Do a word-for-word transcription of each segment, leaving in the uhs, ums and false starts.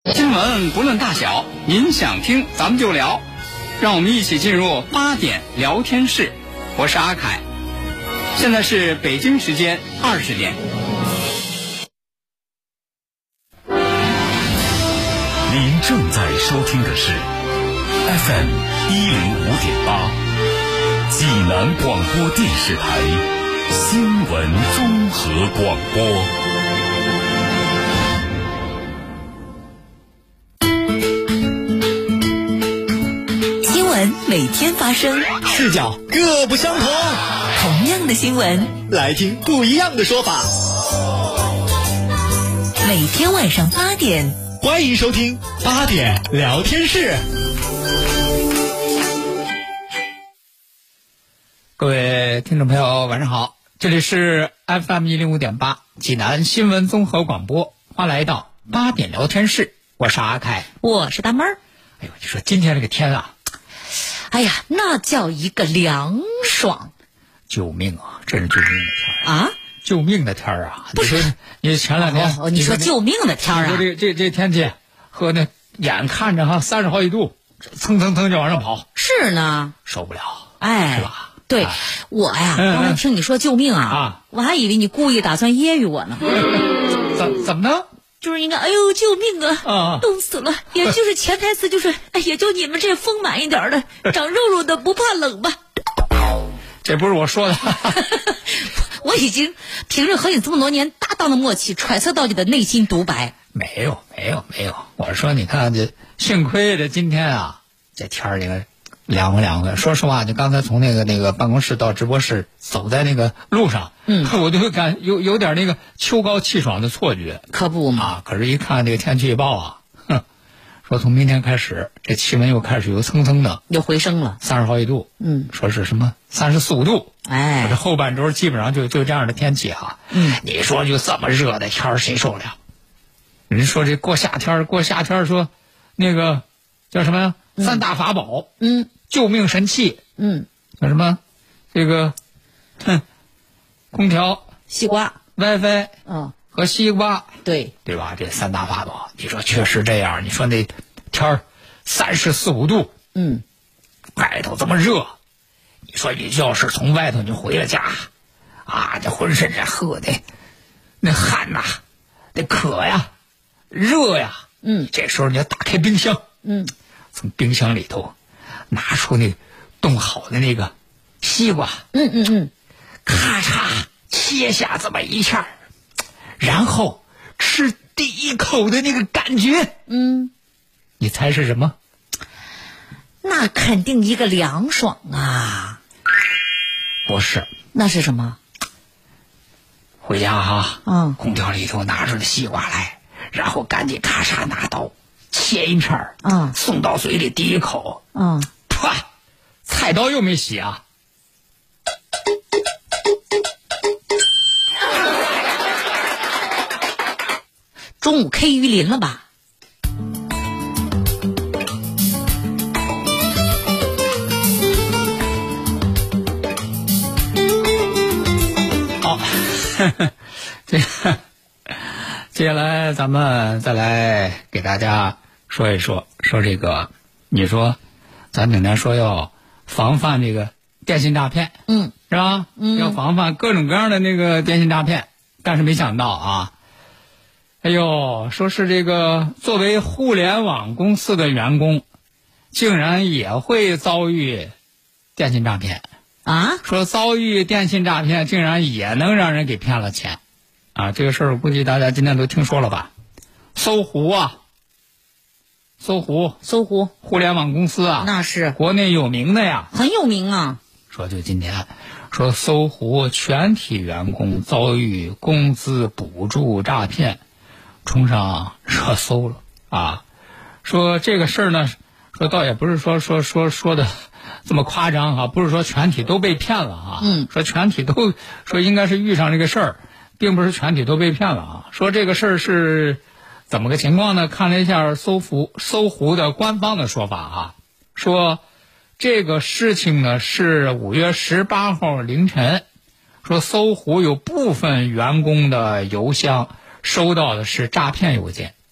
新闻不论大小，您想听咱们就聊，让我们一起进入八点聊天室。我是阿凯，现在是北京时间二十点。 您正在收听的是 F M 一零五点八，济南广播电视台新闻综合广播。 新闻每天发生， 视角各不相同。 同样的新闻， 来听不一样的说法。 每天晚上八点， 欢迎收听八点聊天室。 各位听众朋友晚上好，这里是 F M 一零五点八济南新闻综合广播，欢迎来到八点聊天室，我是阿凯， 我是大妹儿。 哎呦，你说今天这个天啊， 哎呀，那叫一个凉爽！ 救命啊！这是救命的天啊！ 救命的天啊！ 不是你前两天、 哦、你说救命的天啊！ 你说这这这天气和那眼看着哈三十好几度，蹭蹭蹭就往上跑， 是呢， 受不了， 哎， 是吧？ 对、 哎、 我呀， 嗯、 刚才听你说救命啊， 啊我还以为你故意打算揶揄我呢。 怎怎么呢？ 就是应该，哎呦，救命啊！ 啊， 冻死了！也就是潜台词就是，哎，也就你们这丰满一点的、长肉肉的不怕冷吧。 这不是我说的。 我已经凭着和你这么多年搭档的默契，揣测到你的内心独白。 没有，没有，没有。我说，你看这，幸亏这今天啊，这天儿这个凉快凉快。说实话，就刚才从那个那个办公室到直播室，走在那个路上， 嗯， 我就感有有点那个秋高气爽的错觉。 可不嘛！ 啊，可是，一看这个天气预报啊，哼，说从明天开始，这气温又开始又蹭蹭的又回升了， 三十好几度。 嗯， 说是什么三十四五度。 哎， 这后半周基本上就就这样的天气哈。 嗯， 你说就这么热的天儿，谁受得了？人说这过夏天，过夏天说那个叫什么呀？ 嗯、 三大法宝， 嗯， 救命神器， 嗯， 叫什么？这个，哼，空调、 西瓜、 WiFi， 嗯， 和西瓜， 对， 对吧？这三大法宝，你说确实这样。你说那天儿三十四五度， 嗯， 外头这么热。你说你要是从外头你回了家，啊，这浑身这喝的那汗呐、啊，那渴呀，热呀， 嗯， 这时候你要打开冰箱， 嗯， 从冰箱里头拿出那冻好的那个西瓜， 嗯嗯嗯， 咔嚓切下这么一片，然后吃第一口的那个感觉， 嗯， 你猜是什么？ 那肯定一个凉爽啊！ 不是， 那是什么？ 回家哈， 嗯， 空调里头拿出了西瓜来，然后赶紧咔嚓拿刀切一片儿， 嗯， 送到嘴里第一口， 嗯， 啪，菜刀又没洗啊！ 中午 K 鱼鳞了吧？ 好，这个接下来咱们再来给大家说一说，说这个，你说咱整天说要防范这个电信诈骗， 嗯， 是吧？ 嗯， 要防范各种各样的那个电信诈骗，但是没想到啊，哎呦，说是这个作为互联网公司的员工，竟然也会遭遇电信诈骗。 啊， 说遭遇电信诈骗竟然也能让人给骗了钱，啊，这个事儿我估计大家今天都听说了吧？搜狐啊，搜狐， 搜狐互联网公司啊， 那是国内有名的呀， 很有名啊。 说就今天，说搜狐全体员工遭遇工资补助诈骗，冲上热搜了啊！说这个事儿呢，说倒也不是说说说说的这么夸张哈、啊，不是说全体都被骗了啊。 嗯， 说全体都说应该是遇上这个事儿，并不是全体都被骗了啊。说这个事儿是怎么个情况呢？看了一下搜狐搜狐的官方的说法啊，说这个事情呢是五月十八号凌晨，说搜狐有部分员工的邮箱收到的是诈骗邮件。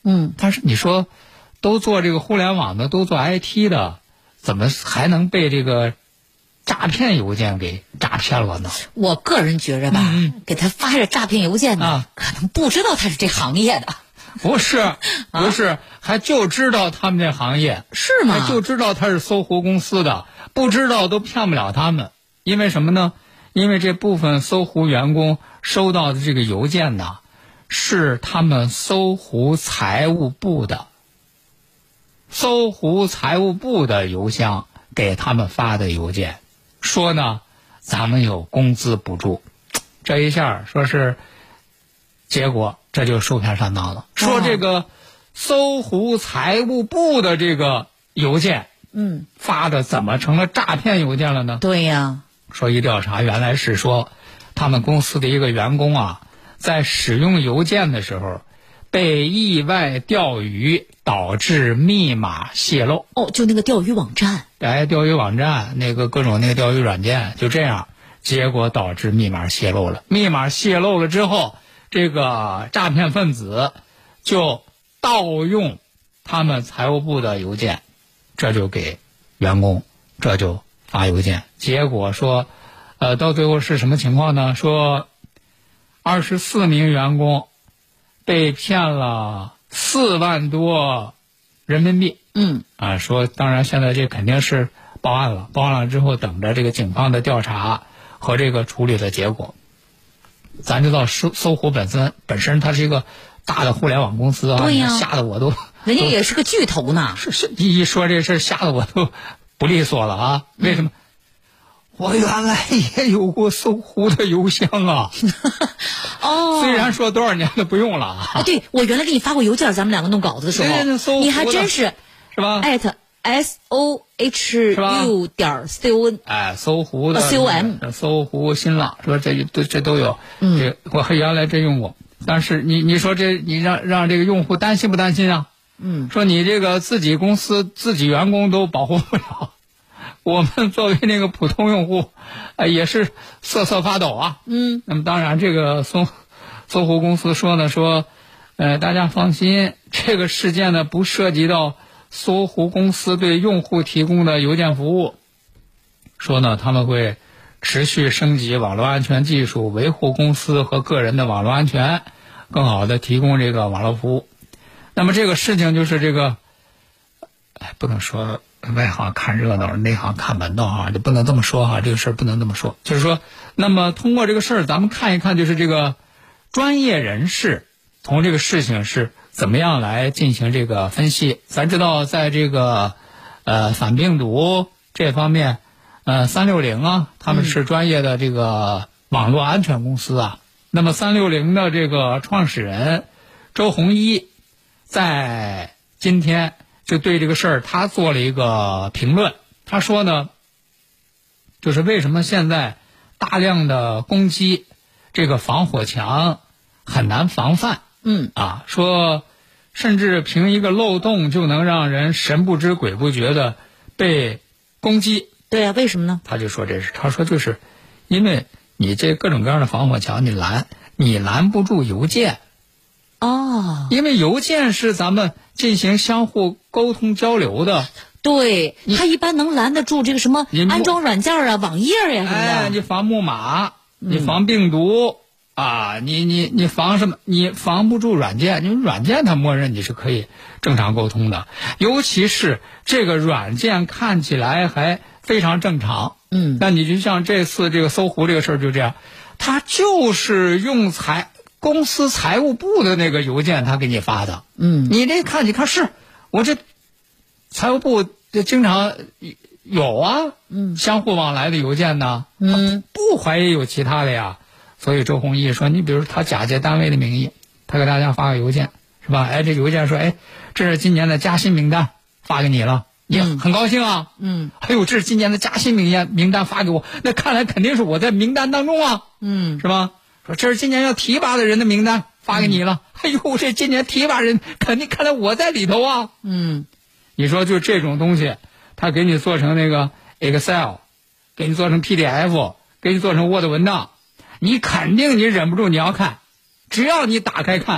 嗯， 但是你说，都做这个互联网的，都做 I T 的，怎么还能被这个诈骗邮件给诈骗了呢？ 我个人觉着吧， 嗯、 给他发这诈骗邮件的、啊，可能不知道他是这行业的。 不是，不是，啊、还就知道他们这行业是吗？ 还就知道他是搜狐公司的，不知道都骗不了他们。因为什么呢？因为这部分搜狐员工收到的这个邮件呢，是他们搜狐财务部的，搜狐财务部的邮箱给他们发的邮件，说呢，咱们有工资补助，这一下说是，结果这就受骗上当了。说这个搜狐财务部的这个邮件， 嗯， 发的怎么成了诈骗邮件了呢？ 对呀。 说一调查，原来是说他们公司的一个员工啊，在使用邮件的时候被意外钓鱼，导致密码泄露。 哦，就那个钓鱼网站， 哎，钓鱼网站那个各种那个钓鱼软件，就这样，结果导致密码泄露了。密码泄露了之后，这个诈骗分子就盗用他们财务部的邮件，这就给员工，这就发邮件。结果说，呃，到最后是什么情况呢？说二十四名员工被骗了四万多人民币。 嗯， 啊，说当然现在这肯定是报案了，报案了之后等着这个警方的调查和这个处理的结果。咱知道搜搜狐本身本身它是一个大的互联网公司啊， 对呀， 吓得我都， 人家也是个巨头呢。 是是，一说这事吓得我都不利索了啊！为什么？嗯、我原来也有过搜狐的邮箱啊。 哦， 虽然说多少年都不用了啊。 啊，对，我原来给你发过邮件，咱们两个弄稿子的时候， 对对对， 你还真是是吧？ 艾特 s o h u 点 c o n， 哎，搜狐的 c o m， 搜狐新浪，说这这这都有。 嗯， 这我还原来真用过，但是你你说这你让让这个用户担心不担心啊？ 嗯， 说你这个自己公司自己员工都保护不了，我们作为那个普通用户，呃，也是瑟瑟发抖啊。 嗯， 那么当然，这个搜搜狐公司说呢，说，呃，大家放心，这个事件呢不涉及到搜狐公司对用户提供的邮件服务，说呢他们会持续升级网络安全技术，维护公司和个人的网络安全，更好的提供这个网络服务。那么这个事情就是这个，哎，不能说外行看热闹，内行看门道啊，就不能这么说哈，这个事儿不能这么说。就是说，那么通过这个事儿，咱们看一看，就是这个专业人士从这个事情是怎么样来进行这个分析。咱知道，在这个呃反病毒这方面，呃三六零啊，他们是专业的这个网络安全公司啊。嗯、那么三六零的这个创始人周鸿祎在今天就对这个事儿他做了一个评论。他说呢，就是为什么现在大量的攻击这个防火墙很难防范。 嗯啊，说甚至凭一个漏洞就能让人神不知鬼不觉的被攻击。 对啊，为什么呢？ 他就说这是，他说就是因为你这各种各样的防火墙你拦你拦不住邮件。 哦， 因为邮件是咱们进行相互沟通交流的。 对，它一般能拦得住这个什么安装软件啊、网页呀、啊、什么的。 哎，你防木马，你防病毒。嗯啊，你你你防什么？你防不住软件，因为软件它默认你是可以正常沟通的，尤其是这个软件看起来还非常正常。 嗯， 那你就像这次这个搜狐这个事儿就这样，他就是用财公司财务部的那个邮件他给你发的。 嗯， 你这看你看是，我这财务部就经常有啊， 嗯， 相互往来的邮件呢， 嗯， 不怀疑有其他的呀。所以周鸿祎说，你比如他假借单位的名义，他给大家发个邮件，是吧？哎，这邮件说，哎，这是今年的加薪名单，发给你了，你很高兴啊。 嗯， 哎呦，这是今年的加薪名单名单发给我，那看来肯定是我在名单当中啊。 嗯， 是吧？说这是今年要提拔的人的名单发给你了，嗯、哎呦，这今年提拔人肯定看来我在里头啊。 嗯， 你说就这种东西，他给你做成那个 Excel， 给你做成 P D F， 给你做成 Word 文档。你肯定你忍不住你要看，只要你打开看，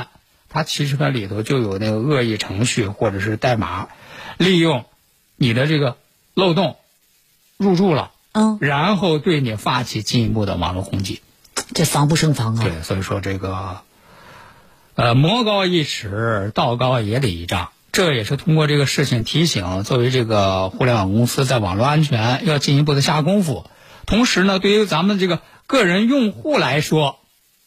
它其实它里头就有那个恶意程序或者是代码，利用你的这个漏洞入驻了， 嗯， 然后对你发起进一步的网络攻击， 这防不胜防啊。 对，所以说这个，呃，魔高一尺，道高也得一丈。这也是通过这个事情提醒，作为这个互联网公司在网络安全要进一步的下功夫。同时呢，对于咱们这个个人用户来说，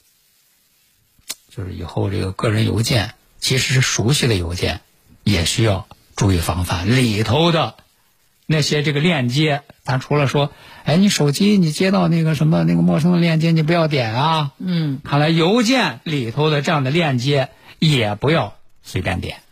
就是以后这个个人邮件，其实是熟悉的邮件，也需要注意防范里头的那些这个链接。咱除了说，哎，你手机你接到那个什么那个陌生的链接，你不要点啊。 嗯， 看来邮件里头的这样的链接也不要随便点。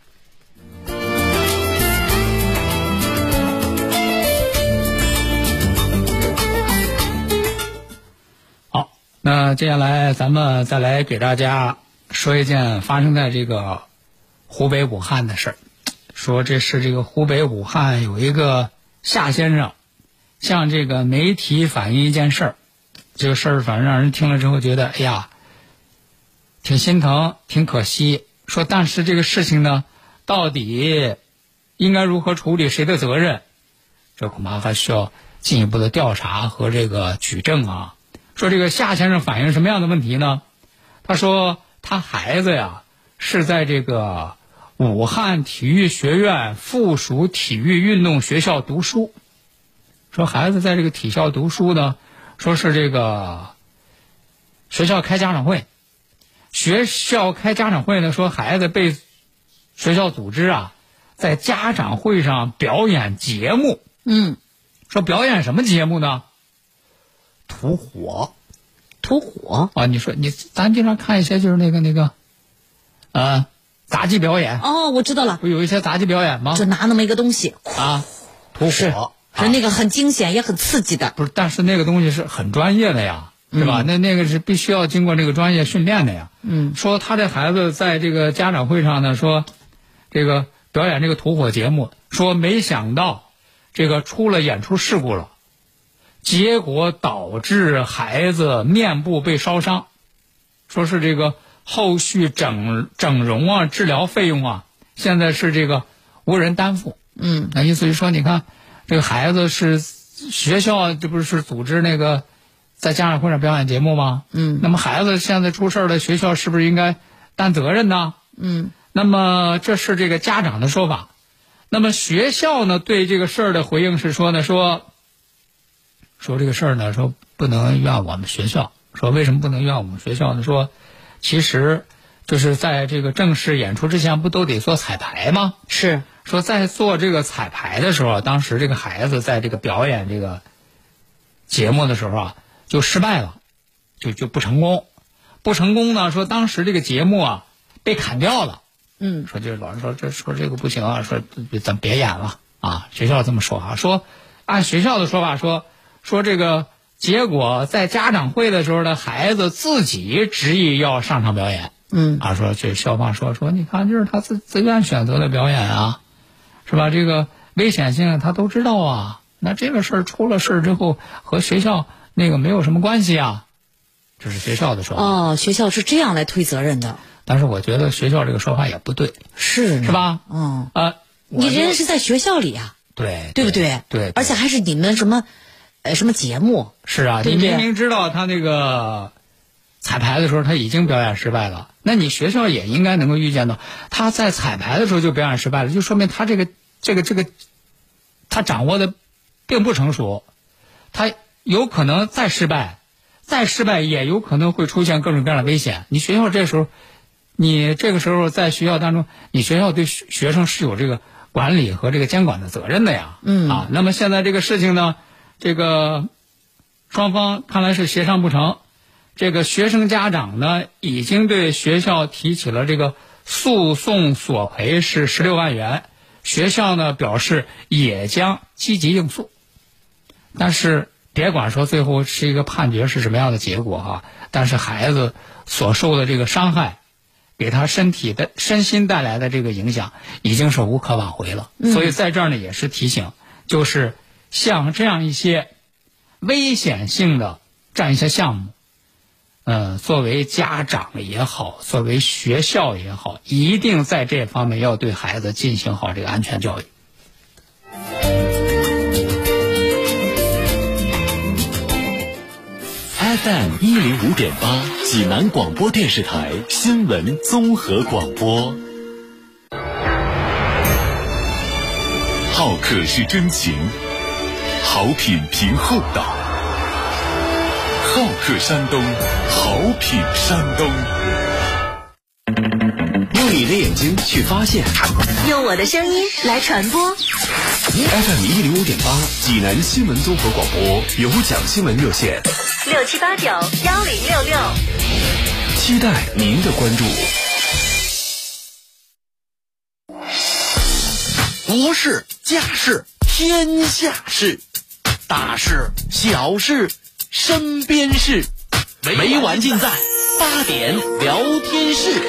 好，那接下来咱们再来给大家说一件发生在这个湖北武汉的事儿。说这是这个湖北武汉有一个夏先生向这个媒体反映一件事儿，这个事儿反正让人听了之后觉得，哎呀，挺心疼，挺可惜。说但是这个事情呢，到底应该如何处理，谁的责任，这恐怕还需要进一步的调查和这个举证啊。说这个夏先生反映什么样的问题呢？他说他孩子呀是在这个武汉体育学院附属体育运动学校读书。说孩子在这个体校读书呢，说是这个学校开家长会，学校开家长会呢，说孩子被学校组织啊，在家长会上表演节目。 嗯， 说表演什么节目呢？吐火。 吐火啊！你说你咱经常看一些就是那个那个，呃，杂技表演。 哦，我知道了， 不有一些杂技表演吗？ 就拿那么一个东西啊，吐火， 是是那个很惊险也很刺激的。 不是，但是那个东西是很专业的呀，是吧？嗯、那那个是必须要经过这个专业训练的呀。 嗯， 说他这孩子在这个家长会上呢，说这个表演这个吐火节目，说没想到这个出了演出事故了。结果导致孩子面部被烧伤，说是这个后续整整容啊、治疗费用啊，现在是这个无人担负。 嗯， 那意思是说，你看这个孩子是学校这不是组织那个在家长会上表演节目吗？ 嗯， 那么孩子现在出事了，学校是不是应该担责任呢？ 嗯， 那么这是这个家长的说法。那么学校呢对这个事儿的回应是说呢，说。说这个事儿呢，说不能怨我们学校。说为什么不能怨我们学校呢？说其实就是在这个正式演出之前，不都得做彩排吗？ 是。 说在做这个彩排的时候，当时这个孩子在这个表演这个节目的时候啊，就失败了，就就不成功。不成功呢，说当时这个节目啊被砍掉了。 嗯。 说就是老师说这说这个不行啊，说咱别演了啊。学校这么说啊，说按学校的说法说。说这个结果在家长会的时候呢，孩子自己执意要上场表演。 嗯啊，说这校方说说，你看就是他自自愿选择的表演啊，是吧？这个危险性他都知道啊。那这个事儿出了事儿之后，和学校那个没有什么关系啊，这是学校的说法。 哦，学校是这样来推责任的。 但是我觉得学校这个说法也不对， 是是吧？ 嗯呃， 你人是在学校里啊， 对对不对？ 对， 而且还是你们什么。呃，什么节目？ 是啊， 对不对？ 你明明知道他那个彩排的时候他已经表演失败了，那你学校也应该能够预见到他在彩排的时候就表演失败了，就说明他这个这个这个他掌握的并不成熟，他有可能再失败，再失败也有可能会出现各种各样的危险。你学校这时候，你这个时候在学校当中，你学校对学生是有这个管理和这个监管的责任的呀。 嗯啊，那么现在这个事情呢？这个双方看来是协商不成，这个学生家长呢已经对学校提起了这个诉讼索赔是十六万元，学校呢表示也将积极应诉。但是别管说最后是一个判决是什么样的结果哈，但是孩子所受的这个伤害，给他身体的身心带来的这个影响已经是无可挽回了。 嗯、 所以在这儿呢也是提醒，就是像这样一些危险性的这样一些项目， 呃，作为家长也好，作为学校也好，一定在这方面要对孩子进行好这个安全教育。 F M 一零五点八，济南广播电视台新闻综合广播。好客是真情，好品凭厚道。好客山东，好品山东。 用你的眼睛去发现， 用我的声音来传播。 F M 一零五点八，济南新闻综合广播有奖新闻热线六七八九幺零六六， 期待您的关注。 国事家事天下事，大事小事身边事，每晚尽在八点聊天室。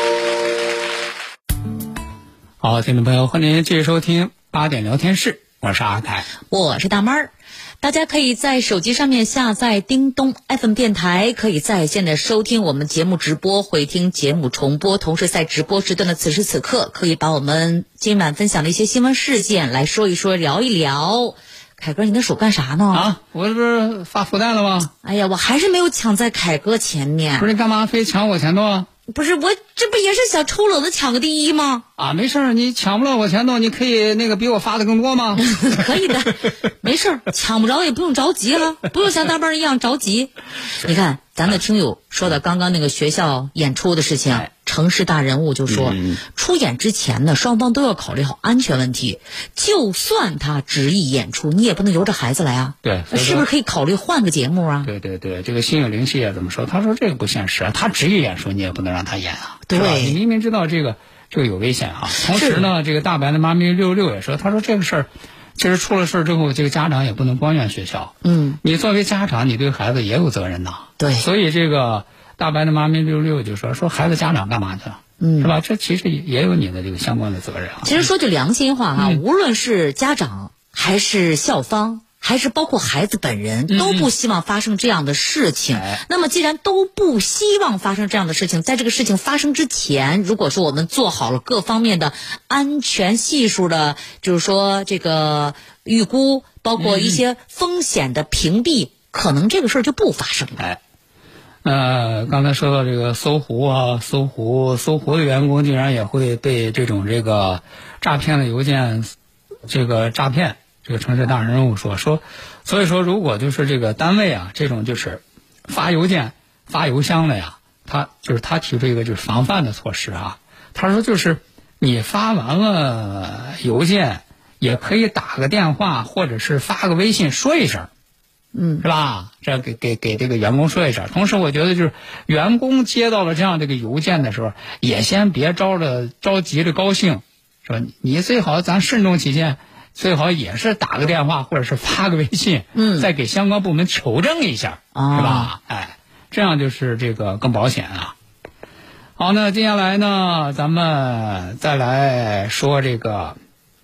好，听众朋友，欢迎您继续收听八点聊天室，我是阿凯， 我是大妹儿。大家可以在手机上面下载叮咚 F M 电台，可以在线的收听我们节目直播，回听节目重播，同时在直播时段的此时此刻，可以把我们今晚分享的一些新闻事件来说一说，聊一聊。凯哥，你的手干啥呢？ 啊，我这不是发福袋了吗？ 哎呀，我还是没有抢在凯哥前面。 不是你干嘛非抢我前头啊？ 不是我，这不也是想抽冷子抢个第一吗？ 啊，没事儿，你抢不了我前头，你可以那个比我发的更多吗？ 可以的，没事儿，抢不着也不用着急了，不用像大妹儿一样着急。你看，咱的听友说的刚刚那个学校演出的事情，城市大人物就说，嗯、出演之前呢，双方都要考虑好安全问题。就算他执意演出，你也不能由着孩子来啊。 对， 是不是可以考虑换个节目啊？ 对对对，这个心有灵犀也怎么说？他说这个不现实啊，他执意演出，你也不能让他演啊。 对， 你明明知道这个这个有危险啊。同时呢，这个大白的妈咪六六也说，他说这个事儿。其实出了事之后，这个家长也不能光怨学校。嗯，你作为家长，你对孩子也有责任呐。 对， 所以这个大白的妈咪六六就说说孩子家长干嘛去了？嗯，是吧？这其实也有你的这个相关的责任啊。 其实说句良心话哈、啊嗯，无论是家长还是校方，还是包括孩子本人，都不希望发生这样的事情。嗯、那么既然都不希望发生这样的事情，在这个事情发生之前，如果说我们做好了各方面的安全系数的，就是说这个预估，包括一些风险的屏蔽，嗯、可能这个事儿就不发生了。 哎，呃，刚才说到这个搜狐啊，搜狐搜狐的员工竟然也会被这种这个诈骗的邮件这个诈骗。这个城市大人物说说，所以说如果就是这个单位啊，这种就是发邮件、发邮箱的呀，他就是他提出一个就是防范的措施啊。他说就是你发完了邮件，也可以打个电话或者是发个微信说一声，嗯，是吧？这给给给这个员工说一声。同时，我觉得就是员工接到了这样这个邮件的时候，也先别着着着急着高兴，说你最好咱慎重起见。最好也是打个电话或者是发个微信，嗯，再给相关部门求证一下，啊、是吧？哎，这样就是这个更保险啊。好，那接下来呢，咱们再来说这个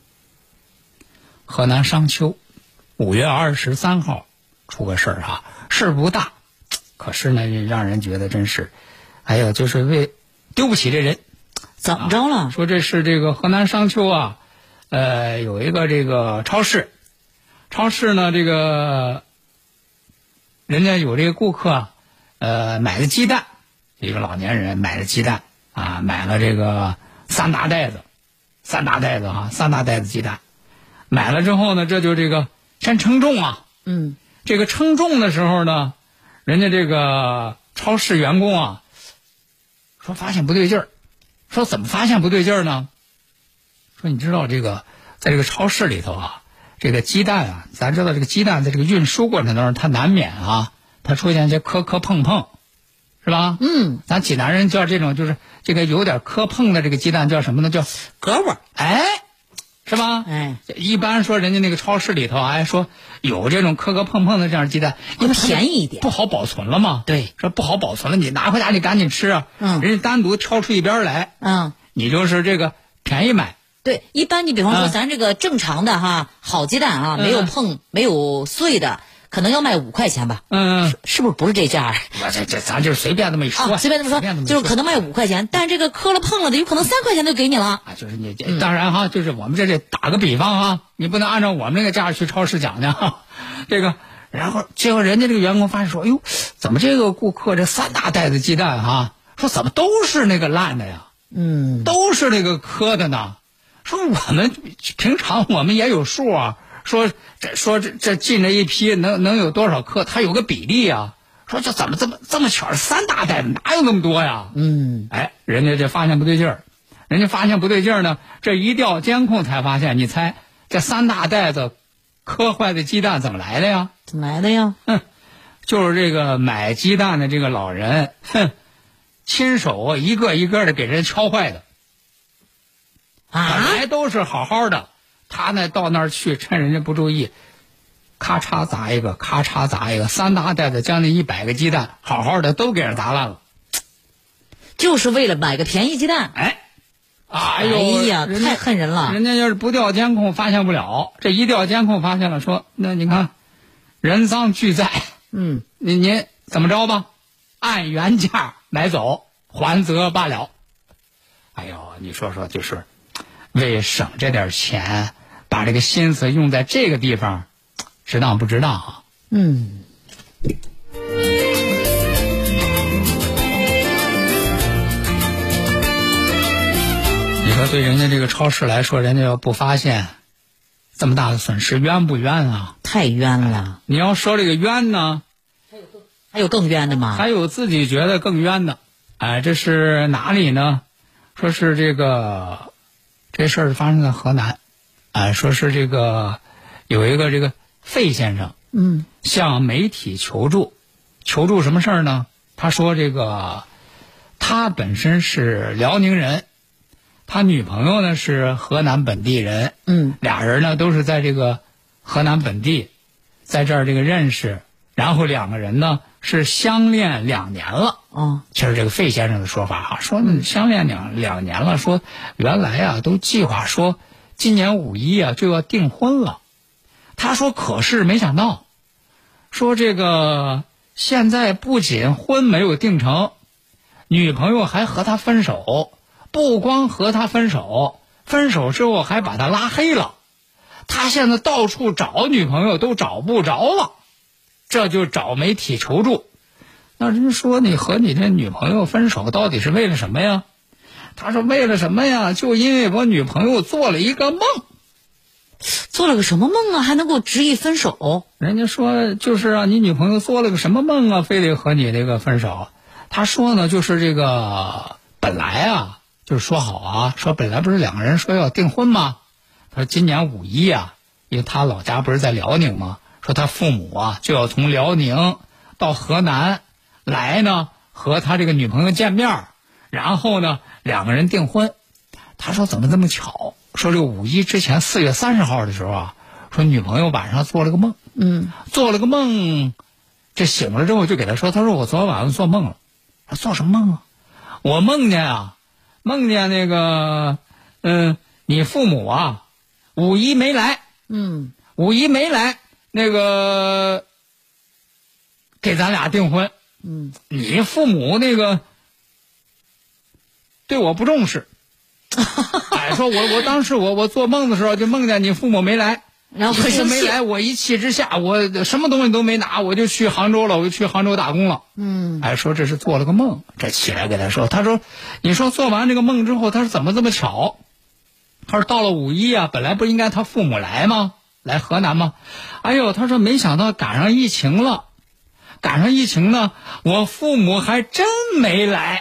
河南商丘，五月二十三号出个事儿哈，事不大，可是呢，让人觉得真是，哎呀，就是为丢不起这人， 怎么着了？ 啊、说这是这个河南商丘啊。呃，有一个这个超市，超市呢，这个人家有这个顾客，呃，买了鸡蛋，一个老年人买了鸡蛋啊，买了这个三大袋子，三大袋子啊，三大袋子鸡蛋，买了之后呢，这就这个先称重啊，嗯，这个称重的时候呢，人家这个超市员工啊，说发现不对劲儿，说怎么发现不对劲儿呢？说你知道这个，在这个超市里头啊，这个鸡蛋啊，咱知道这个鸡蛋在这个运输过程当中，它难免啊，它出现一些磕磕碰碰，是吧？嗯，咱济南人叫这种就是这个有点磕碰的这个鸡蛋叫什么呢？叫格窝， 哎，是吧？ 哎， 一般说人家那个超市里头还说有这种磕磕碰碰的这样鸡蛋， 因为便宜一点， 不好保存了嘛。 对， 说不好保存了，你拿回家你赶紧吃啊。嗯，人家单独挑出一边来，嗯，你就是这个便宜买。 对，一般你比方说咱这个正常的哈、嗯、好鸡蛋啊，没有碰、嗯、没有碎的， 可能要卖五块钱吧？ 嗯， 是不是不是这价？ 我这这咱就是随便这么一说， 啊，随便这么说，就是可能卖五块钱，但这个磕了碰了的，有可能三块钱就给你了。 啊，就是你这、嗯、当然哈，就是我们这这打个比方哈，你不能按照我们那个价去超市讲的哈，这个。然后结果人家这个员工发现说，哎呦，怎么这个顾客这三大袋子鸡蛋哈，说怎么都是那个烂的呀？ 嗯， 都是那个磕的呢。说我们平常我们也有数啊，说这说这这进了一批能能有多少克，它有个比例啊。说这怎么这么这么巧，三大袋子哪有那么多呀？ 嗯， 哎，人家这发现不对劲儿，人家发现不对劲儿呢，这一调监控才发现，你猜这三大袋子磕坏的鸡蛋怎么来的呀？ 怎么来的呀？ 哼，就是这个买鸡蛋的这个老人，哼，亲手一个一个的给人敲坏的。 啊， 本来都是好好的，他呢到那儿去，趁人家不注意，咔嚓砸一个，咔嚓砸一个，三大袋子将近一百个鸡蛋，好好的都给人砸烂了， 就是为了买个便宜鸡蛋。 哎，哎呦， 哎呀，太恨人了！ 人家要是不调监控，发现不了；这一调监控，发现了，说那你看，人赃俱在， 嗯， 您您怎么着吧？按原价买走，还则罢了。哎呦，你说说，就是为省这点钱，把这个心思用在这个地方，值当不值当啊？ 嗯。 你说对人家这个超市来说，人家要不发现这么大的损失，冤不冤啊？ 太冤了！ 你要说这个冤呢， 还有更冤的吗？ 还有自己觉得更冤的。哎，这是哪里呢？说是这个这事儿发生在河南，哎，说是这个有一个这个费先生， 嗯， 向媒体求助，求助什么事儿呢？他说这个他本身是辽宁人。他女朋友呢是河南本地人， 嗯， 俩人呢都是在这个河南本地，在这儿这个认识，然后两个人呢是相恋两年了。 哦， 其实这个费先生的说法哈，说相恋两两年了，说原来啊都计划说今年五一啊就要订婚了。他说可是没想到，说这个现在不仅婚没有订成，女朋友还和他分手。不光和他分手，分手之后还把他拉黑了。他现在到处找女朋友都找不着了，这就找媒体求助。那人说你和你这女朋友分手到底是为了什么呀？他说为了什么呀？就因为我女朋友做了一个梦。 做了个什么梦啊？还能够执意分手？ 人家说就是啊，你女朋友做了个什么梦啊？非得和你这个分手。他说呢，就是这个本来啊。就是说好啊，说本来不是两个人说要订婚吗？他说今年五一啊，因为他老家不是在辽宁吗？说他父母啊就要从辽宁到河南来呢，和他这个女朋友见面，然后呢两个人订婚。他说怎么这么巧？说这个五一之前四月三十号的时候啊，说女朋友晚上做了个梦， 嗯， 做了个梦，这醒了之后就给他说，他说我昨天晚上做梦了。他做什么梦啊？我梦见啊。梦见那个，嗯，你父母啊，五一没来， 嗯， 五一没来，那个给咱俩订婚， 嗯， 你父母那个对我不重视，哎，说我我当时我我做梦的时候就梦见你父母没来， 然后很生气， 没来，我一气之下，我什么东西都没拿，我就去杭州了，我就去杭州打工了。 嗯， 哎，说这是做了个梦，这起来给他说，他说，你说做完这个梦之后，他说怎么这么巧？他说到了五一啊，本来不应该他父母来吗？来河南吗？哎呦，他说没想到赶上疫情了，赶上疫情呢，我父母还真没来。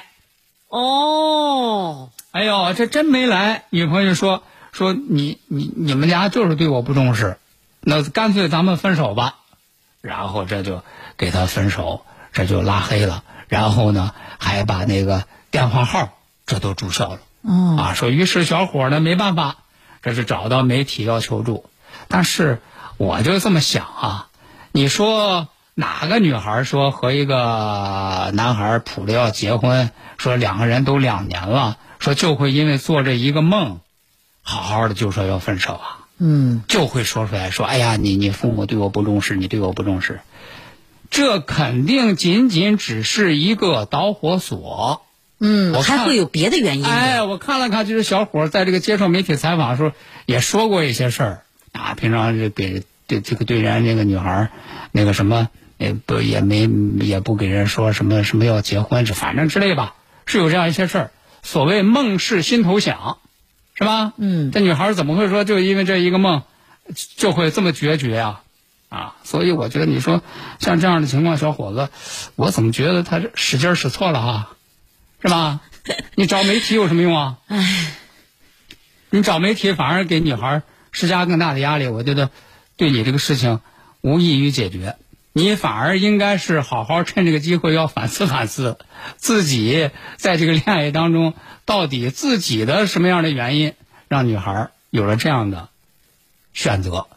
哦， 哎呦，这真没来。女朋友说。说你你你们家就是对我不重视，那干脆咱们分手吧。然后这就给他分手，这就拉黑了。然后呢，还把那个电话号这都注销了。 嗯啊，说于是小伙呢没办法，这是找到媒体要求助。但是我就这么想啊，你说哪个女孩说和一个男孩谱着要结婚，说两个人都两年了，说就会因为做这一个梦。好好的就说要分手啊， 嗯， 就会说出来说，哎呀，你你父母对我不重视，你对我不重视，这肯定仅仅只是一个导火索。 嗯，还会有别的原因的。 哎，我看了看，就是小伙在这个接受媒体采访的时候也说过一些事儿啊，平常这给对这个对人那个女孩那个什么也不也没也不给人说什么什么要结婚，反正之类吧，是有这样一些事儿。所谓梦是心头想，是吧？ 嗯， 这女孩怎么会说就因为这一个梦就会这么决绝啊？啊，所以我觉得你说像这样的情况，小伙子，我怎么觉得他使劲使错了啊？是吧？你找媒体有什么用啊？ 唉， 你找媒体反而给女孩施加更大的压力，我觉得对你这个事情无异于解决。你反而应该是好好趁这个机会要反思反思，自己在这个恋爱当中到底自己的什么样的原因让女孩有了这样的选择。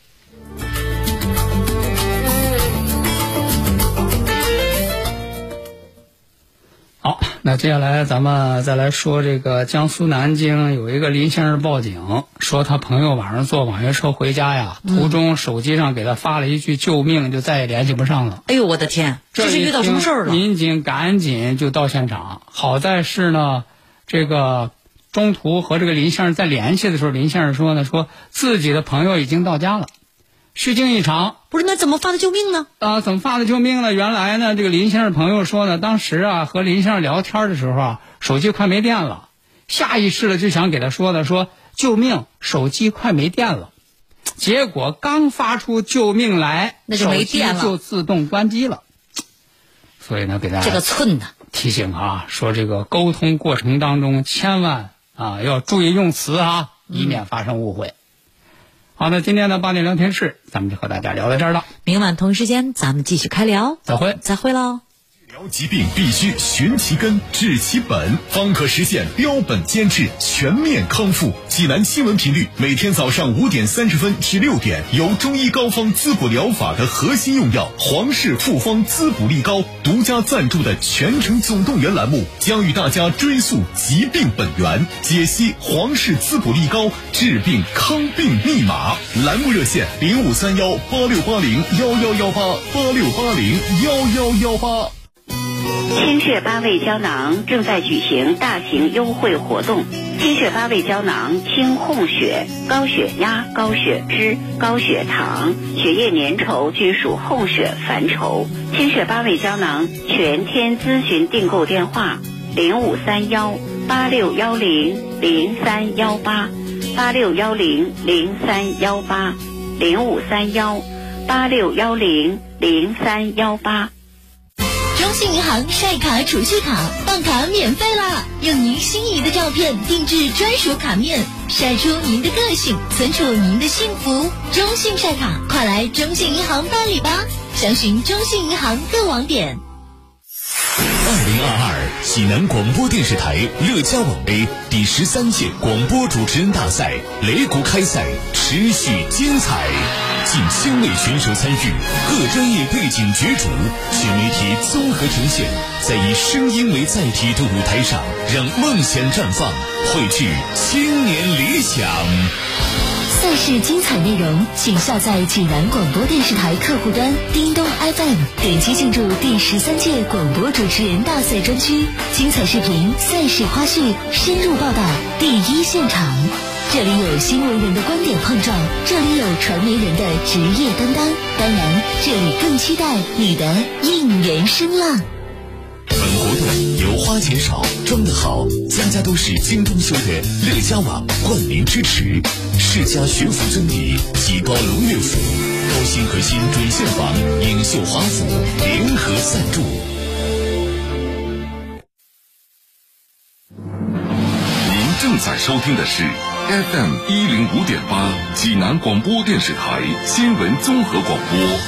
好，那接下来咱们再来说这个江苏南京有一个林先生报警，说他朋友晚上坐网约车回家呀，途中手机上给他发了一句救命，就再也联系不上了。 哎呦我的天，这是遇到什么事儿了？ 民警赶紧就到现场，好在是呢，这个中途和这个林先生在联系的时候，林先生说呢，说自己的朋友已经到家了。虚惊一场， 不是那怎么发的救命呢？ 啊，怎么发的救命呢？原来呢，这个林先生朋友说呢，当时啊和林先生聊天的时候啊，手机快没电了，下意识的就想给他说的说救命，手机快没电了。结果刚发出救命来， 那就没电了， 手机就自动关机了。所以呢，给大家这个寸呢提醒啊，说这个沟通过程当中千万啊要注意用词啊，以免发生误会。嗯好，那今天的八点聊天室，咱们就和大家聊到这儿了。 明晚同一时间，咱们继续开聊。 再会， 再会喽。 治疗疾病必须寻其根、治其本，方可实现标本兼治、全面康复。济南新闻频率每天早上五点三十分至六点，由中医膏方滋补疗法的核心用药皇氏复方滋补力膏独家赞助的全程总动员栏目，将与大家追溯疾病本源，解析皇氏滋补力膏治病康病密码。栏目热线零五三幺八六八零幺幺幺八八六八零幺幺幺八。 清血八味胶囊正在举行大型优惠活动。清血八味胶囊清供血，高血压、高血脂、高血糖、血液粘稠均属供血范畴。清血八味胶囊全天咨询订购电话零五三幺八六幺零零三幺八八六幺零零三幺八零五三幺八六幺零零三幺八。 中信银行晒卡储蓄卡办卡免费啦！用您心仪的照片定制专属卡面，晒出您的个性，存储您的幸福。中信晒卡，快来中信银行办理吧！详询中信银行各网点。 二零二二济南广播电视台乐家网杯第十三届广播主持人大赛擂鼓开赛持续精彩，近千位选手参与，各专业背景角逐，全媒体综合呈现，在以声音为载体的舞台上，让梦想绽放，汇聚青年理想。 赛事精彩内容，请下载济南广播电视台客户端叮咚 F M， 点击进入第十三届广播主持人大赛专区，精彩视频、赛事花絮、深入报道，第一现场。这里有新闻人的观点碰撞，这里有传媒人的职业担当，当然，这里更期待你的应援声浪。 本活动由花钱少装得好，家家都是精装修的乐家网冠名支持，世家学府尊礼，提高龙乐府，高新核心准现房，颖秀华府联合赞助。 您正在收听的是 F M 一零五点八济南广播电视台新闻综合广播。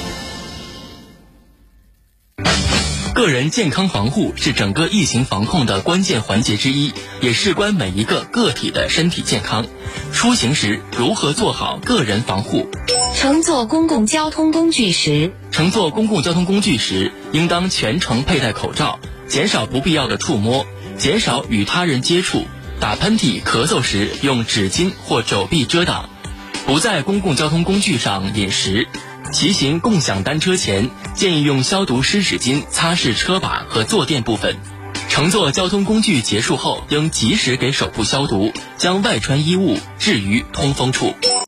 个人健康防护是整个疫情防控的关键环节之一，也事关每一个个体的身体健康。出行时如何做好个人防护？ 乘坐公共交通工具时， 乘坐公共交通工具时，应当全程佩戴口罩，减少不必要的触摸，减少与他人接触。打喷嚏、咳嗽时用纸巾或肘臂遮挡。 不在公共交通工具上饮食。骑行共享单车前，建议用消毒湿纸巾擦拭车把和坐垫部分。乘坐交通工具结束后，应及时给手部消毒，将外穿衣物置于通风处。